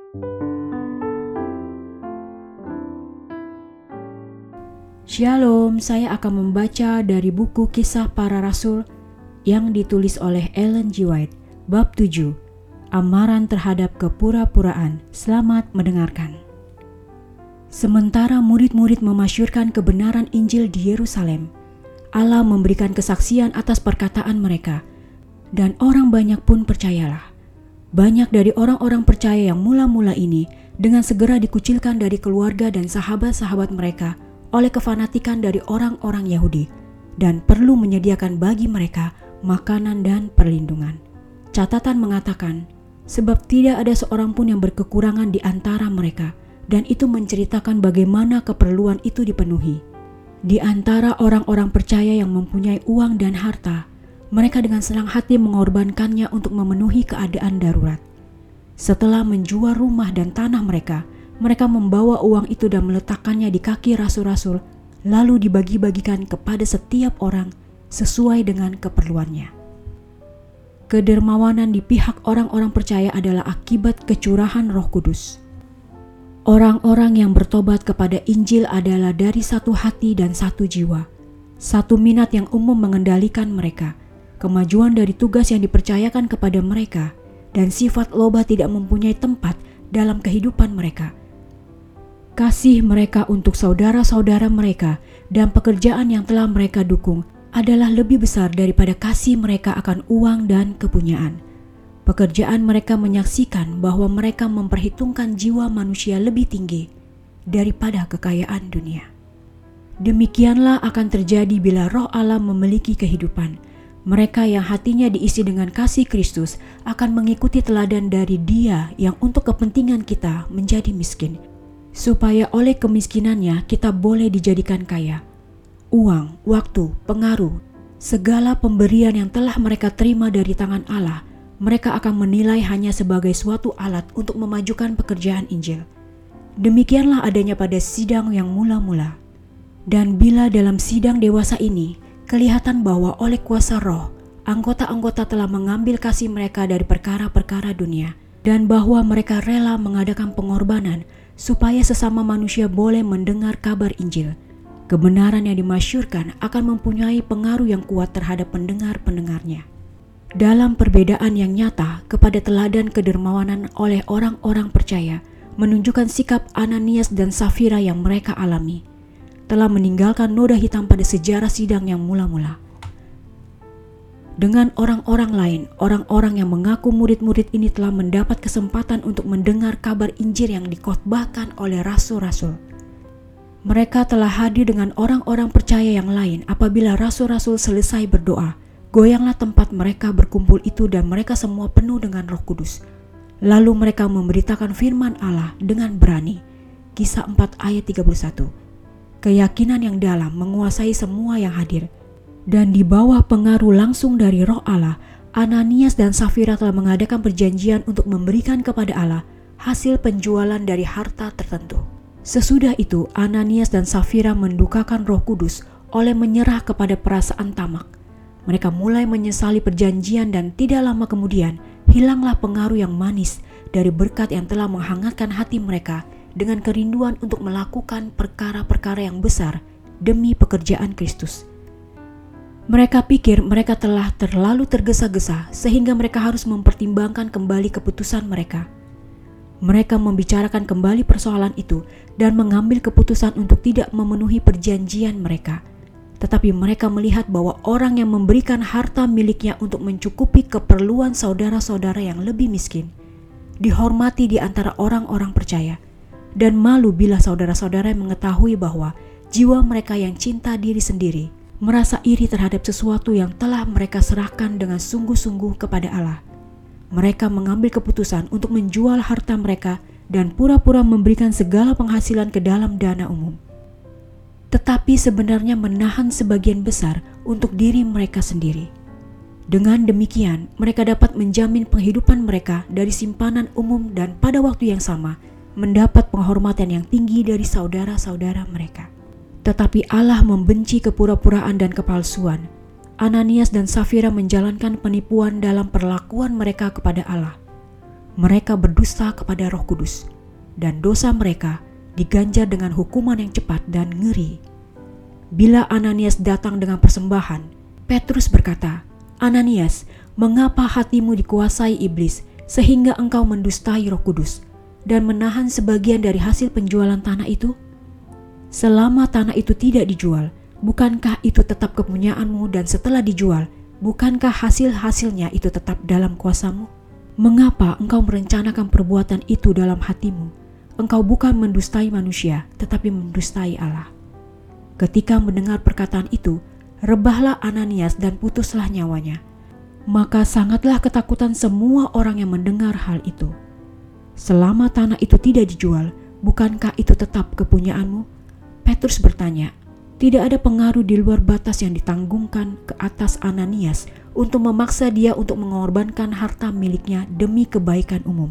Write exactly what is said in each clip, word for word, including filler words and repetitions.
Shalom, saya akan membaca dari buku Kisah Para Rasul yang ditulis oleh Ellen G. White, bab tujuh, Amaran terhadap kepura-puraan. Selamat mendengarkan. Sementara murid-murid memasyurkan kebenaran Injil di Yerusalem, Allah memberikan kesaksian atas perkataan mereka, dan orang banyak pun percayalah. Banyak dari orang-orang percaya yang mula-mula ini dengan segera dikucilkan dari keluarga dan sahabat-sahabat mereka oleh kefanatikan dari orang-orang Yahudi, dan perlu menyediakan bagi mereka makanan dan perlindungan. Catatan mengatakan, sebab tidak ada seorang pun yang berkekurangan di antara mereka, dan itu menceritakan bagaimana keperluan itu dipenuhi. Di antara orang-orang percaya yang mempunyai uang dan harta, mereka dengan senang hati mengorbankannya untuk memenuhi keadaan darurat. Setelah menjual rumah dan tanah mereka, mereka membawa uang itu dan meletakkannya di kaki rasul-rasul, lalu dibagi-bagikan kepada setiap orang sesuai dengan keperluannya. Kedermawanan di pihak orang-orang percaya adalah akibat kecurahan Roh Kudus. Orang-orang yang bertobat kepada Injil adalah dari satu hati dan satu jiwa, satu minat yang umum mengendalikan mereka, kemajuan dari tugas yang dipercayakan kepada mereka, dan sifat loba tidak mempunyai tempat dalam kehidupan mereka. Kasih mereka untuk saudara-saudara mereka dan pekerjaan yang telah mereka dukung adalah lebih besar daripada kasih mereka akan uang dan kepunyaan. Pekerjaan mereka menyaksikan bahwa mereka memperhitungkan jiwa manusia lebih tinggi daripada kekayaan dunia. Demikianlah akan terjadi bila Roh Allah memiliki kehidupan. Mereka yang hatinya diisi dengan kasih Kristus akan mengikuti teladan dari Dia yang untuk kepentingan kita menjadi miskin, supaya oleh kemiskinannya kita boleh dijadikan kaya. Uang, waktu, pengaruh, segala pemberian yang telah mereka terima dari tangan Allah, mereka akan menilai hanya sebagai suatu alat untuk memajukan pekerjaan Injil. Demikianlah adanya pada sidang yang mula-mula. Dan bila dalam sidang dewasa ini, kelihatan bahwa oleh kuasa Roh, anggota-anggota telah mengambil kasih mereka dari perkara-perkara dunia, dan bahwa mereka rela mengadakan pengorbanan supaya sesama manusia boleh mendengar kabar Injil. Kebenaran yang dimasyurkan akan mempunyai pengaruh yang kuat terhadap pendengar-pendengarnya. Dalam perbedaan yang nyata kepada teladan kedermawanan oleh orang-orang percaya, menunjukkan sikap Ananias dan Safira yang mereka alami, telah meninggalkan noda hitam pada sejarah sidang yang mula-mula. Dengan orang-orang lain, orang-orang yang mengaku murid-murid ini telah mendapat kesempatan untuk mendengar kabar Injil yang dikhotbahkan oleh rasul-rasul. Mereka telah hadir dengan orang-orang percaya yang lain apabila rasul-rasul selesai berdoa. Goyanglah tempat mereka berkumpul itu dan mereka semua penuh dengan Roh Kudus. Lalu mereka memberitakan firman Allah dengan berani. Kisah empat ayat tiga puluh satu. Keyakinan yang dalam menguasai semua yang hadir. Dan di bawah pengaruh langsung dari Roh Allah, Ananias dan Safira telah mengadakan perjanjian untuk memberikan kepada Allah hasil penjualan dari harta tertentu. Sesudah itu, Ananias dan Safira mendukakan Roh Kudus oleh menyerah kepada perasaan tamak. Mereka mulai menyesali perjanjian dan tidak lama kemudian hilanglah pengaruh yang manis dari berkat yang telah menghangatkan hati mereka dengan kerinduan untuk melakukan perkara-perkara yang besar demi pekerjaan Kristus. Mereka pikir mereka telah terlalu tergesa-gesa sehingga mereka harus mempertimbangkan kembali keputusan mereka. Mereka membicarakan kembali persoalan itu dan mengambil keputusan untuk tidak memenuhi perjanjian mereka. Tetapi mereka melihat bahwa orang yang memberikan harta miliknya untuk mencukupi keperluan saudara-saudara yang lebih miskin dihormati di antara orang-orang percaya, dan malu bila saudara-saudara mengetahui bahwa jiwa mereka yang cinta diri sendiri merasa iri terhadap sesuatu yang telah mereka serahkan dengan sungguh-sungguh kepada Allah. Mereka mengambil keputusan untuk menjual harta mereka dan pura-pura memberikan segala penghasilan ke dalam dana umum. Tetapi sebenarnya menahan sebagian besar untuk diri mereka sendiri. Dengan demikian, mereka dapat menjamin penghidupan mereka dari simpanan umum dan pada waktu yang sama mendapat penghormatan yang tinggi dari saudara-saudara mereka. Tetapi Allah membenci kepura-puraan dan kepalsuan. Ananias dan Safira menjalankan penipuan dalam perlakuan mereka kepada Allah. mereka berdusta kepada Roh Kudus, dan dosa mereka diganjar dengan hukuman yang cepat dan ngeri. Bila Ananias datang dengan persembahan, Petrus berkata, "Ananias, mengapa hatimu dikuasai iblis sehingga engkau mendustai Roh Kudus dan menahan sebagian dari hasil penjualan tanah itu? Selama tanah itu tidak dijual, bukankah itu tetap kepunyaanmu, dan setelah dijual, bukankah hasil-hasilnya itu tetap dalam kuasamu? Mengapa engkau merencanakan perbuatan itu dalam hatimu? Engkau bukan mendustai manusia, tetapi mendustai Allah." Ketika mendengar perkataan itu, rebahlah Ananias dan putuslah nyawanya. Maka sangatlah ketakutan semua orang yang mendengar hal itu. "Selama tanah itu tidak dijual, bukankah itu tetap kepunyaanmu?" Petrus bertanya. Tidak ada pengaruh di luar batas yang ditanggungkan ke atas Ananias untuk memaksa dia untuk mengorbankan harta miliknya demi kebaikan umum.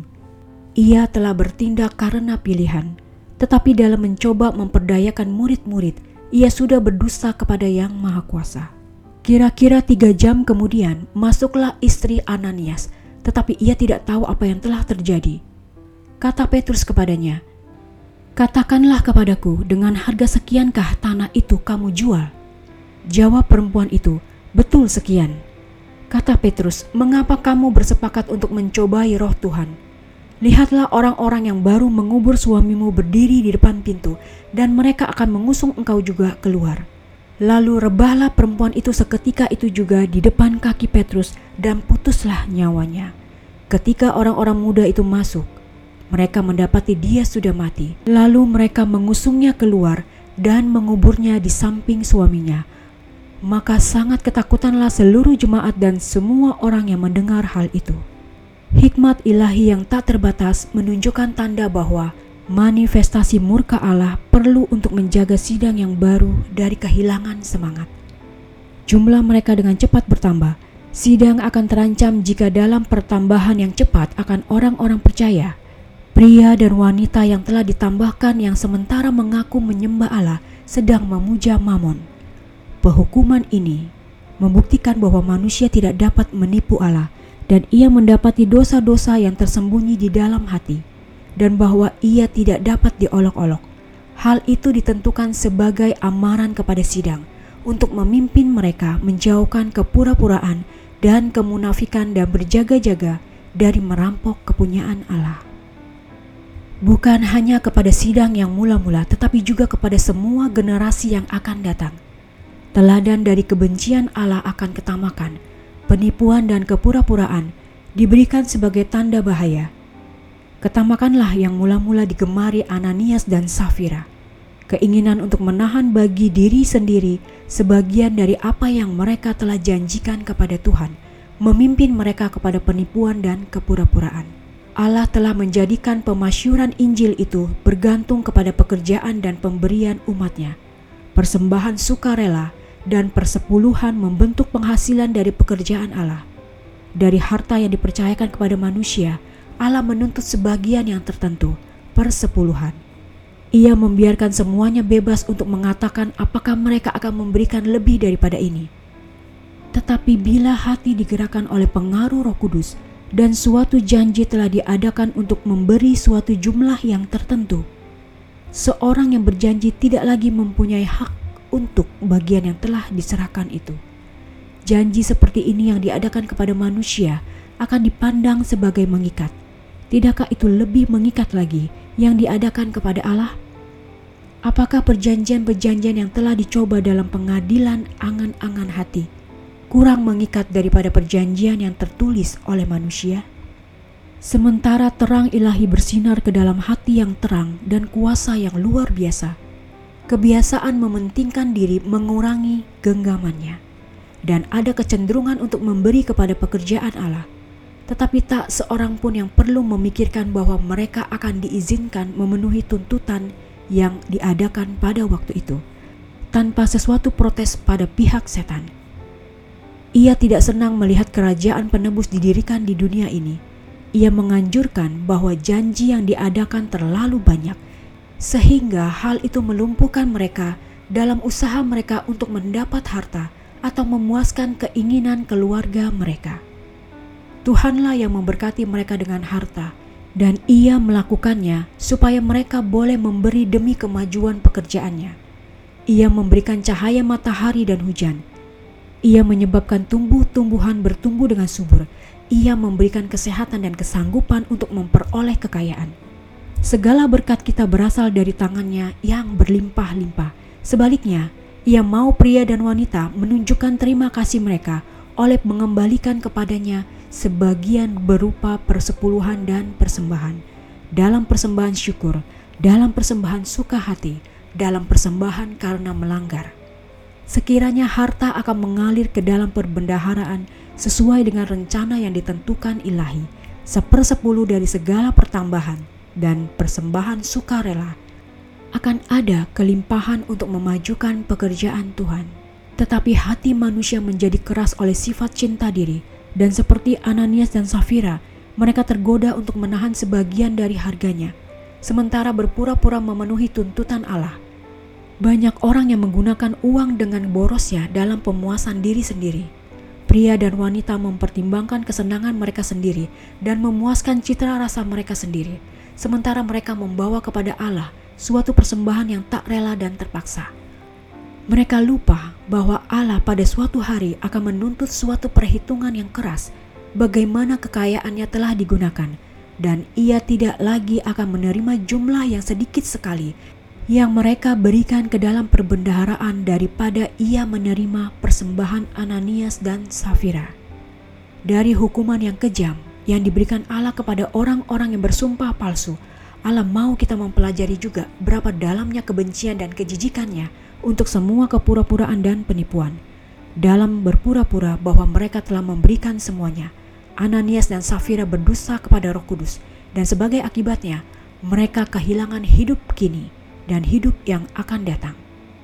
Ia telah bertindak karena pilihan, tetapi dalam mencoba memperdayakan murid-murid, ia sudah berdusta kepada Yang Maha Kuasa. Kira-kira tiga jam kemudian masuklah istri Ananias, tetapi ia tidak tahu apa yang telah terjadi. Kata Petrus kepadanya, "Katakanlah kepadaku, dengan harga sekiankah tanah itu kamu jual?" Jawab perempuan itu, "Betul sekian." Kata Petrus, "Mengapa kamu bersepakat untuk mencobai Roh Tuhan? Lihatlah, orang-orang yang baru mengubur suamimu berdiri di depan pintu, dan mereka akan mengusung engkau juga keluar." Lalu rebahlah perempuan itu seketika itu juga di depan kaki Petrus, dan putuslah nyawanya. Ketika orang-orang muda itu masuk, mereka mendapati dia sudah mati. Lalu mereka mengusungnya keluar dan menguburnya di samping suaminya. Maka sangat ketakutanlah seluruh jemaat dan semua orang yang mendengar hal itu. Hikmat ilahi yang tak terbatas menunjukkan tanda bahwa manifestasi murka Allah perlu untuk menjaga sidang yang baru dari kehilangan semangat. Jumlah mereka dengan cepat bertambah. Sidang akan terancam jika dalam pertambahan yang cepat akan orang-orang percaya. Pria dan wanita yang telah ditambahkan yang sementara mengaku menyembah Allah sedang memuja Mamon. Penghukuman ini membuktikan bahwa manusia tidak dapat menipu Allah, dan ia mendapati dosa-dosa yang tersembunyi di dalam hati, dan bahwa ia tidak dapat diolok-olok. Hal itu ditentukan sebagai amaran kepada sidang untuk memimpin mereka menjauhkan kepura-puraan dan kemunafikan dan berjaga-jaga dari merampok kepunyaan Allah. Bukan hanya kepada sidang yang mula-mula, tetapi juga kepada semua generasi yang akan datang. Teladan dari kebencian Allah akan ketamakan, penipuan dan kepura-puraan diberikan sebagai tanda bahaya. Ketamakanlah yang mula-mula digemari Ananias dan Safira. Keinginan untuk menahan bagi diri sendiri sebagian dari apa yang mereka telah janjikan kepada Tuhan, memimpin mereka kepada penipuan dan kepura-puraan. Allah telah menjadikan pemasyuran Injil itu bergantung kepada pekerjaan dan pemberian umatnya. Persembahan sukarela dan persepuluhan membentuk penghasilan dari pekerjaan Allah. Dari harta yang dipercayakan kepada manusia, Allah menuntut sebagian yang tertentu, persepuluhan. Ia membiarkan semuanya bebas untuk mengatakan apakah mereka akan memberikan lebih daripada ini. Tetapi bila hati digerakkan oleh pengaruh Roh Kudus, dan suatu janji telah diadakan untuk memberi suatu jumlah yang tertentu, seorang yang berjanji tidak lagi mempunyai hak untuk bagian yang telah diserahkan itu. Janji seperti ini yang diadakan kepada manusia akan dipandang sebagai mengikat. Tidakkah itu lebih mengikat lagi yang diadakan kepada Allah? Apakah perjanjian-perjanjian yang telah dicoba dalam pengadilan angan-angan hati kurang mengikat daripada perjanjian yang tertulis oleh manusia? Sementara terang ilahi bersinar ke dalam hati yang terang dan kuasa yang luar biasa, kebiasaan mementingkan diri mengurangi genggamannya, dan ada kecenderungan untuk memberi kepada pekerjaan Allah. Tetapi tak seorang pun yang perlu memikirkan bahwa mereka akan diizinkan memenuhi tuntutan yang diadakan pada waktu itu, tanpa sesuatu protes pada pihak setan. Ia tidak senang melihat kerajaan penebus didirikan di dunia ini. Ia menganjurkan bahwa janji yang diadakan terlalu banyak, sehingga hal itu melumpuhkan mereka dalam usaha mereka untuk mendapat harta atau memuaskan keinginan keluarga mereka. Tuhanlah yang memberkati mereka dengan harta, dan Ia melakukannya supaya mereka boleh memberi demi kemajuan pekerjaannya. Ia memberikan cahaya matahari dan hujan. Ia menyebabkan tumbuh-tumbuhan bertumbuh dengan subur. Ia memberikan kesehatan dan kesanggupan untuk memperoleh kekayaan. Segala berkat kita berasal dari tangannya yang berlimpah-limpah. Sebaliknya, Ia mau pria dan wanita menunjukkan terima kasih mereka oleh mengembalikan kepadanya sebagian berupa persepuluhan dan persembahan, dalam persembahan syukur, dalam persembahan suka hati, dalam persembahan karena melanggar. Sekiranya harta akan mengalir ke dalam perbendaharaan sesuai dengan rencana yang ditentukan ilahi, sepersepuluh dari segala pertambahan dan persembahan sukarela, akan ada kelimpahan untuk memajukan pekerjaan Tuhan. Tetapi hati manusia menjadi keras oleh sifat cinta diri, dan seperti Ananias dan Safira, mereka tergoda untuk menahan sebagian dari harganya, sementara berpura-pura memenuhi tuntutan Allah. Banyak orang yang menggunakan uang dengan borosnya dalam pemuasan diri sendiri. Pria dan wanita mempertimbangkan kesenangan mereka sendiri dan memuaskan citra rasa mereka sendiri, sementara mereka membawa kepada Allah suatu persembahan yang tak rela dan terpaksa. Mereka lupa bahwa Allah pada suatu hari akan menuntut suatu perhitungan yang keras bagaimana kekayaannya telah digunakan, dan Ia tidak lagi akan menerima jumlah yang sedikit sekali yang mereka berikan ke dalam perbendaharaan daripada Ia menerima persembahan Ananias dan Safira. Dari hukuman yang kejam yang diberikan Allah kepada orang-orang yang bersumpah palsu, Allah mau kita mempelajari juga berapa dalamnya kebencian dan kejijikannya untuk semua kepura-puraan dan penipuan. Dalam berpura-pura bahwa mereka telah memberikan semuanya, Ananias dan Safira berdosa kepada Roh Kudus, dan sebagai akibatnya mereka kehilangan hidup kini dan hidup yang akan datang.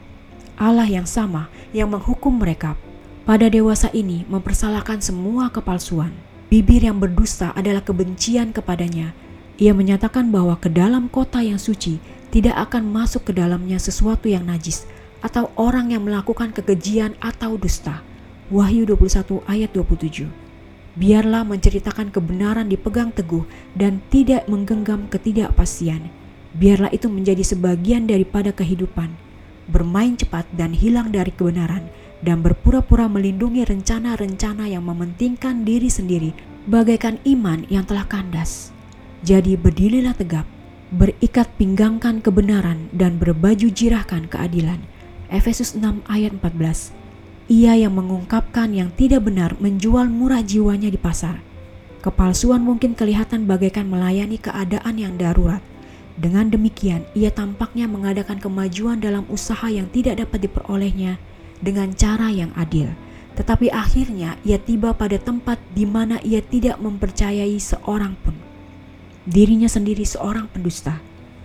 Allah yang sama yang menghukum mereka pada dewasa ini mempersalahkan semua kepalsuan. Bibir yang berdusta adalah kebencian kepadanya. Ia menyatakan bahwa ke dalam kota yang suci tidak akan masuk ke dalamnya sesuatu yang najis atau orang yang melakukan kekejian atau dusta. Wahyu dua puluh satu ayat dua puluh tujuh. Biarlah menceritakan kebenaran dipegang teguh dan tidak menggenggam ketidakpastian. Biarlah itu menjadi sebagian daripada kehidupan, bermain cepat dan hilang dari kebenaran, dan berpura-pura melindungi rencana-rencana yang mementingkan diri sendiri bagaikan iman yang telah kandas. Jadi berdirilah tegap, berikat pinggangkan kebenaran dan berbaju jirahkan keadilan. Efesus enam ayat empat belas. Ia yang mengungkapkan yang tidak benar menjual murah jiwanya di pasar. Kepalsuan mungkin kelihatan bagaikan melayani keadaan yang darurat. Dengan demikian, ia tampaknya mengadakan kemajuan dalam usaha yang tidak dapat diperolehnya dengan cara yang adil. Tetapi akhirnya ia tiba pada tempat di mana ia tidak mempercayai seorang pun. Dirinya sendiri seorang pendusta.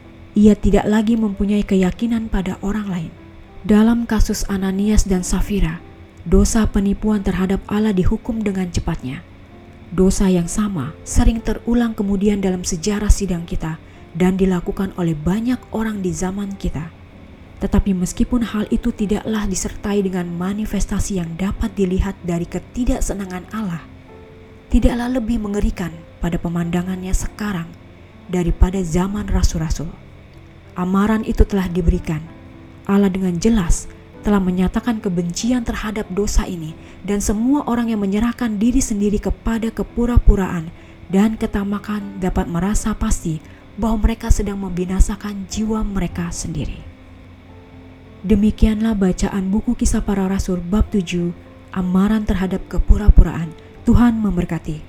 Ia tidak lagi mempunyai keyakinan pada orang lain. Dalam kasus Ananias dan Safira, dosa penipuan terhadap Allah dihukum dengan cepatnya. Dosa yang sama sering terulang kemudian dalam sejarah sidang kita dan dilakukan oleh banyak orang di zaman kita. Tetapi meskipun hal itu tidaklah disertai dengan manifestasi yang dapat dilihat dari ketidaksenangan Allah, tidaklah lebih mengerikan pada pemandangannya sekarang daripada zaman rasul-rasul. Amaran itu telah diberikan. Allah dengan jelas telah menyatakan kebencian terhadap dosa ini, dan semua orang yang menyerahkan diri sendiri kepada kepura-puraan dan ketamakan dapat merasa pasti bahwa mereka sedang membinasakan jiwa mereka sendiri. Demikianlah bacaan buku Kisah Para Rasul bab tujuh, Amaran terhadap kepura-puraan. Tuhan memberkati.